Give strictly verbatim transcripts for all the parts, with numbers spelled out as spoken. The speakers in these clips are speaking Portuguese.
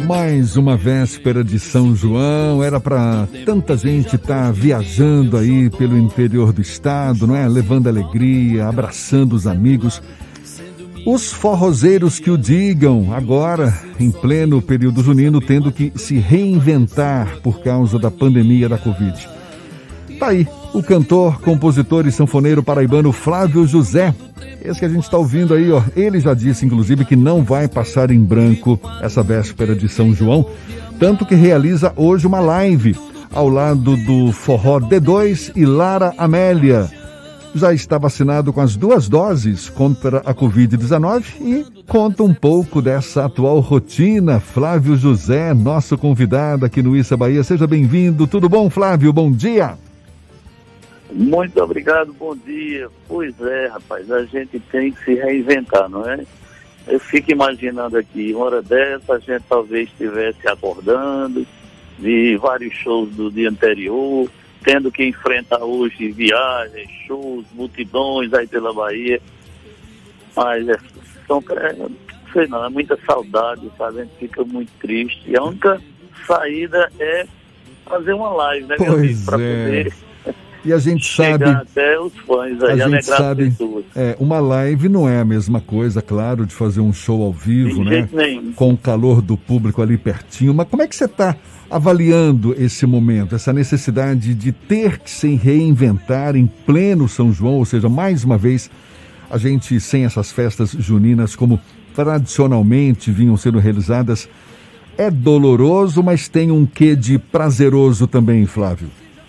Mais uma véspera de São João, era para tanta gente estar tá viajando aí pelo interior do estado, não é? Levando alegria, abraçando os amigos. Os forrozeiros que o digam, agora, em pleno período junino, tendo que se reinventar por causa da pandemia da Covid. Tá aí, o cantor, compositor e sanfoneiro paraibano Flávio José. Esse que a gente está ouvindo aí, ó, ele já disse, inclusive, que não vai passar em branco essa véspera de São João, tanto que realiza hoje uma live ao lado do Forró D dois e Lara Amélia. Já está vacinado com as duas doses contra a covid dezenove e conta um pouco dessa atual rotina. Flávio José, nosso convidado aqui no Issa Bahia. Seja bem-vindo. Tudo bom, Flávio? Bom dia. Muito obrigado, bom dia. Pois é, rapaz, a gente tem que se reinventar, não é? Eu fico imaginando aqui, uma hora dessa, a gente talvez estivesse acordando de vários shows do dia anterior, tendo que enfrentar hoje viagens, shows, multidões aí pela Bahia. Mas é, são, é, sei não, é muita saudade, sabe? A gente fica muito triste. E a única saída é fazer uma live, né, meu amigo? Para poder... E a gente sabe, até os fãs aí, a gente sabe, as pessoas. É, uma live não é a mesma coisa, claro, de fazer um show ao vivo, de né? Jeito nenhum. Com o calor do público ali pertinho. Mas como é que você está avaliando esse momento, essa necessidade de ter que se reinventar em pleno São João, ou seja, mais uma vez, a gente sem essas festas juninas como tradicionalmente vinham sendo realizadas? É doloroso, mas tem um quê de prazeroso também, Flávio?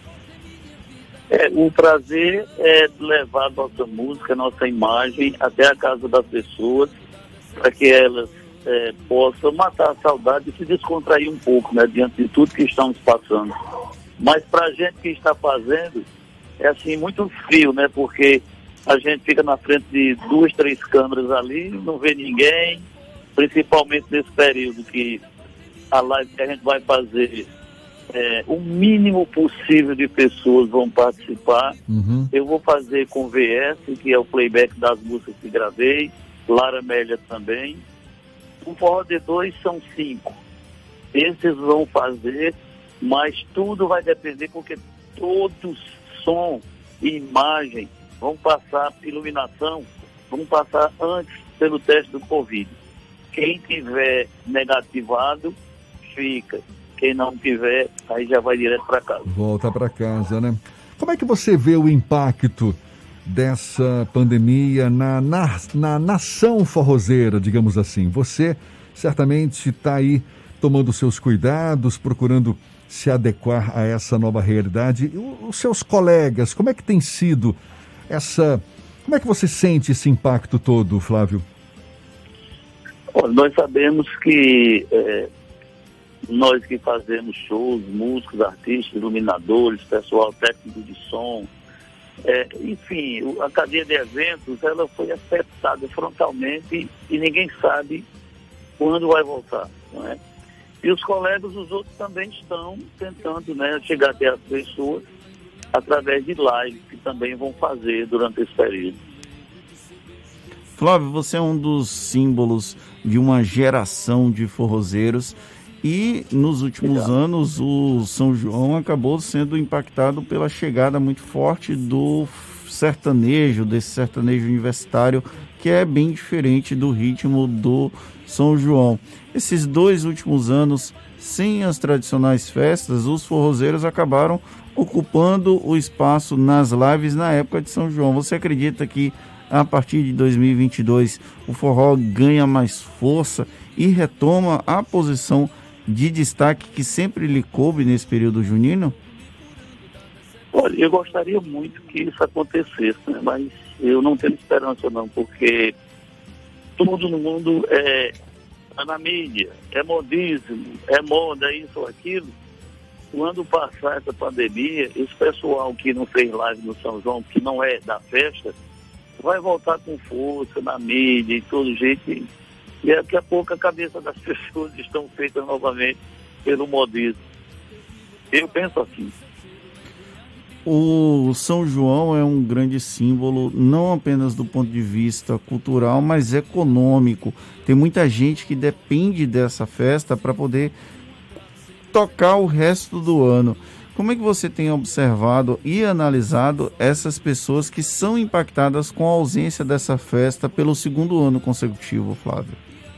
É, o prazer é levar nossa música, nossa imagem até a casa das pessoas, para que elas é, possam matar a saudade e se descontrair um pouco, né, diante de tudo que estamos passando. Mas para a gente que está fazendo, é assim, muito frio, né, porque a gente fica na frente de duas, três câmeras ali, não vê ninguém, principalmente nesse período que a live que a gente vai fazer... É, o mínimo possível de pessoas vão participar. Uhum. Eu vou fazer com V S, que é o playback das músicas que gravei, Lara Amélia também. O Forró D dois são cinco. Esses vão fazer, mas tudo vai depender, porque todos som e imagem vão passar, iluminação, vão passar antes pelo teste do Covid. Quem tiver negativado, fica. Quem não tiver, aí já vai direto para casa. Volta para casa, né? Como é que você vê o impacto dessa pandemia na, na, na nação forrozeira, digamos assim? Você certamente está aí tomando seus cuidados, procurando se adequar a essa nova realidade. E os seus colegas, como é que tem sido essa... Como é que você sente esse impacto todo, Flávio? Olha, nós sabemos que... É... Nós que fazemos shows, músicos, artistas, iluminadores, pessoal técnico de som, é, enfim, a cadeia de eventos, ela foi afetada frontalmente e ninguém sabe quando vai voltar, não é? E os colegas, os outros também estão tentando, né, chegar até as pessoas através de lives que também vão fazer durante esse período. Flávio, você é um dos símbolos de uma geração de forrozeiros. E nos últimos Legal. anos o São João acabou sendo impactado pela chegada muito forte do sertanejo, desse sertanejo universitário, que é bem diferente do ritmo do São João. Esses dois últimos anos, sem as tradicionais festas, os forrozeiros acabaram ocupando o espaço nas lives na época de São João. Você acredita que a partir de dois mil e vinte e dois o forró ganha mais força e retoma a posição de destaque que sempre lhe coube nesse período junino? Olha, eu gostaria muito que isso acontecesse, né? Mas eu não tenho esperança não, porque todo mundo é, é na mídia, é modismo, é moda, é isso ou aquilo. Quando passar essa pandemia, esse pessoal que não fez live no São João, que não é da festa, vai voltar com força na mídia e todo jeito. E E daqui a pouco a cabeça das pessoas estão feitas novamente pelo modismo. Eu penso assim. O São João é um grande símbolo, não apenas do ponto de vista cultural, mas econômico. Tem muita gente que depende dessa festa para poder tocar o resto do ano. Como é que você tem observado e analisado essas pessoas que são impactadas com a ausência dessa festa pelo segundo ano consecutivo, Flávio?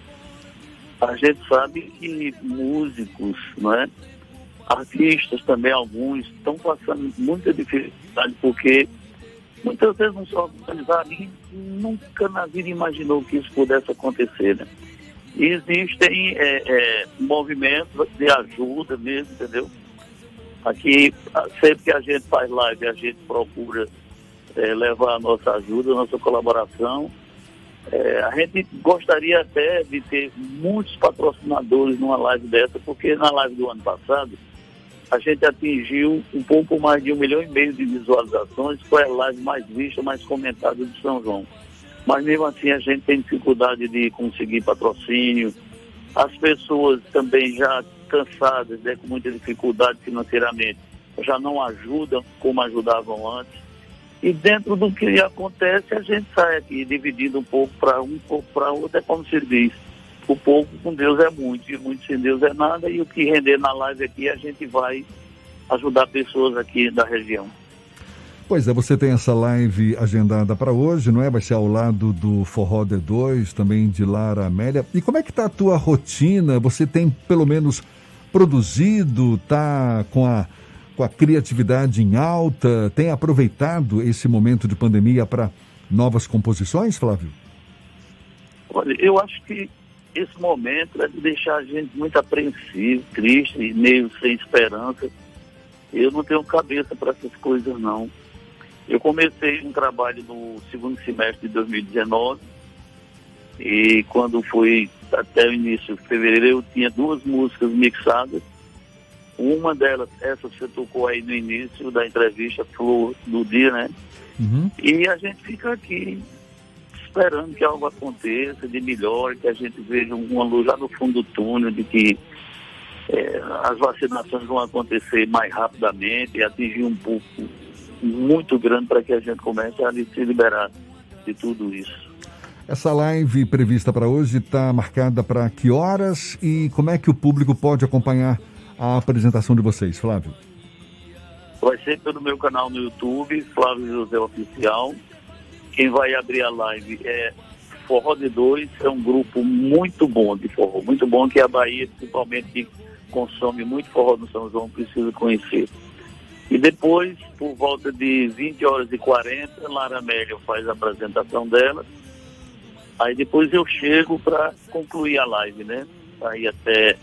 A gente sabe que músicos, não é? Artistas também, alguns, estão passando muita dificuldade porque muitas vezes não são organizados e nunca na vida imaginou que isso pudesse acontecer, né? E existem é, é, movimentos de ajuda mesmo, entendeu? Aqui, sempre que a gente faz live, a gente procura é, levar a nossa ajuda, a nossa colaboração. É, a gente gostaria até de ter muitos patrocinadores numa live dessa, porque na live do ano passado, a gente atingiu um pouco mais de um milhão e meio de visualizações, foi a live mais vista, mais comentada de São João. Mas mesmo assim a gente tem dificuldade de conseguir patrocínio. As pessoas também já cansadas, né, com muita dificuldade financeiramente, já não ajudam como ajudavam antes. E dentro do que acontece, a gente sai aqui dividindo um pouco para um, um pouco para outro, é como se diz. O pouco com Deus é muito, e muito sem Deus é nada, e o que render na live aqui, a gente vai ajudar pessoas aqui da região. Pois é, você tem essa live agendada para hoje, não é? Vai ser ao lado do Forró D dois, também de Lara Amélia. E como é que está a tua rotina? Você tem pelo menos produzido, está com a, com a criatividade em alta, tem aproveitado esse momento de pandemia para novas composições, Flávio? Olha, eu acho que esse momento é de deixar a gente muito apreensivo, triste, meio sem esperança. Eu não tenho cabeça para essas coisas, não. Eu comecei um trabalho no segundo semestre de dois mil e dezenove e quando fui até o início de fevereiro, eu tinha duas músicas mixadas. Uma delas, essa que você tocou aí no início da entrevista, Flor do Dia, né? Uhum. E a gente fica aqui esperando que algo aconteça de melhor, que a gente veja uma luz lá no fundo do túnel, de que é, as vacinações vão acontecer mais rapidamente e atingir um público muito grande para que a gente comece a se liberar de tudo isso. Essa live prevista para hoje está marcada para que horas e como é que o público pode acompanhar a apresentação de vocês, Flávio? Vai ser pelo meu canal no YouTube, Flávio José Oficial. Quem vai abrir a live é Forró D dois, é um grupo muito bom de forró, muito bom, que a Bahia, principalmente, que consome muito forró no São João, precisa conhecer. E depois, por volta de vinte horas e quarenta, Lara Amélia faz a apresentação dela. Aí depois eu chego para concluir a live, né? Aí até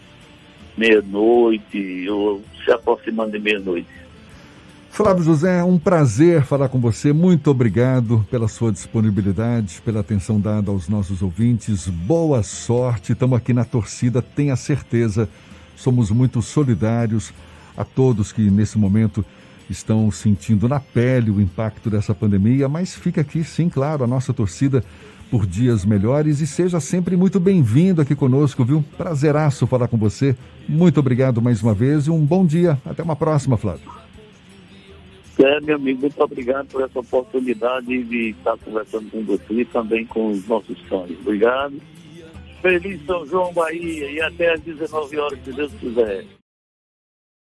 meia-noite, ou se aproximando de meia-noite. Flávio José, é um prazer falar com você. Muito obrigado pela sua disponibilidade, pela atenção dada aos nossos ouvintes. Boa sorte, estamos aqui na torcida, tenha certeza. Somos muito solidários a todos que nesse momento estão sentindo na pele o impacto dessa pandemia, mas fica aqui, sim, claro, a nossa torcida por dias melhores e seja sempre muito bem-vindo aqui conosco, viu? Prazeraço falar com você. Muito obrigado mais uma vez e um bom dia. Até uma próxima, Flávio. É, meu amigo, muito obrigado por essa oportunidade de estar conversando com você e também com os nossos sonhos. Obrigado. Feliz São João, Bahia, e até às dezenove horas, se Deus quiser.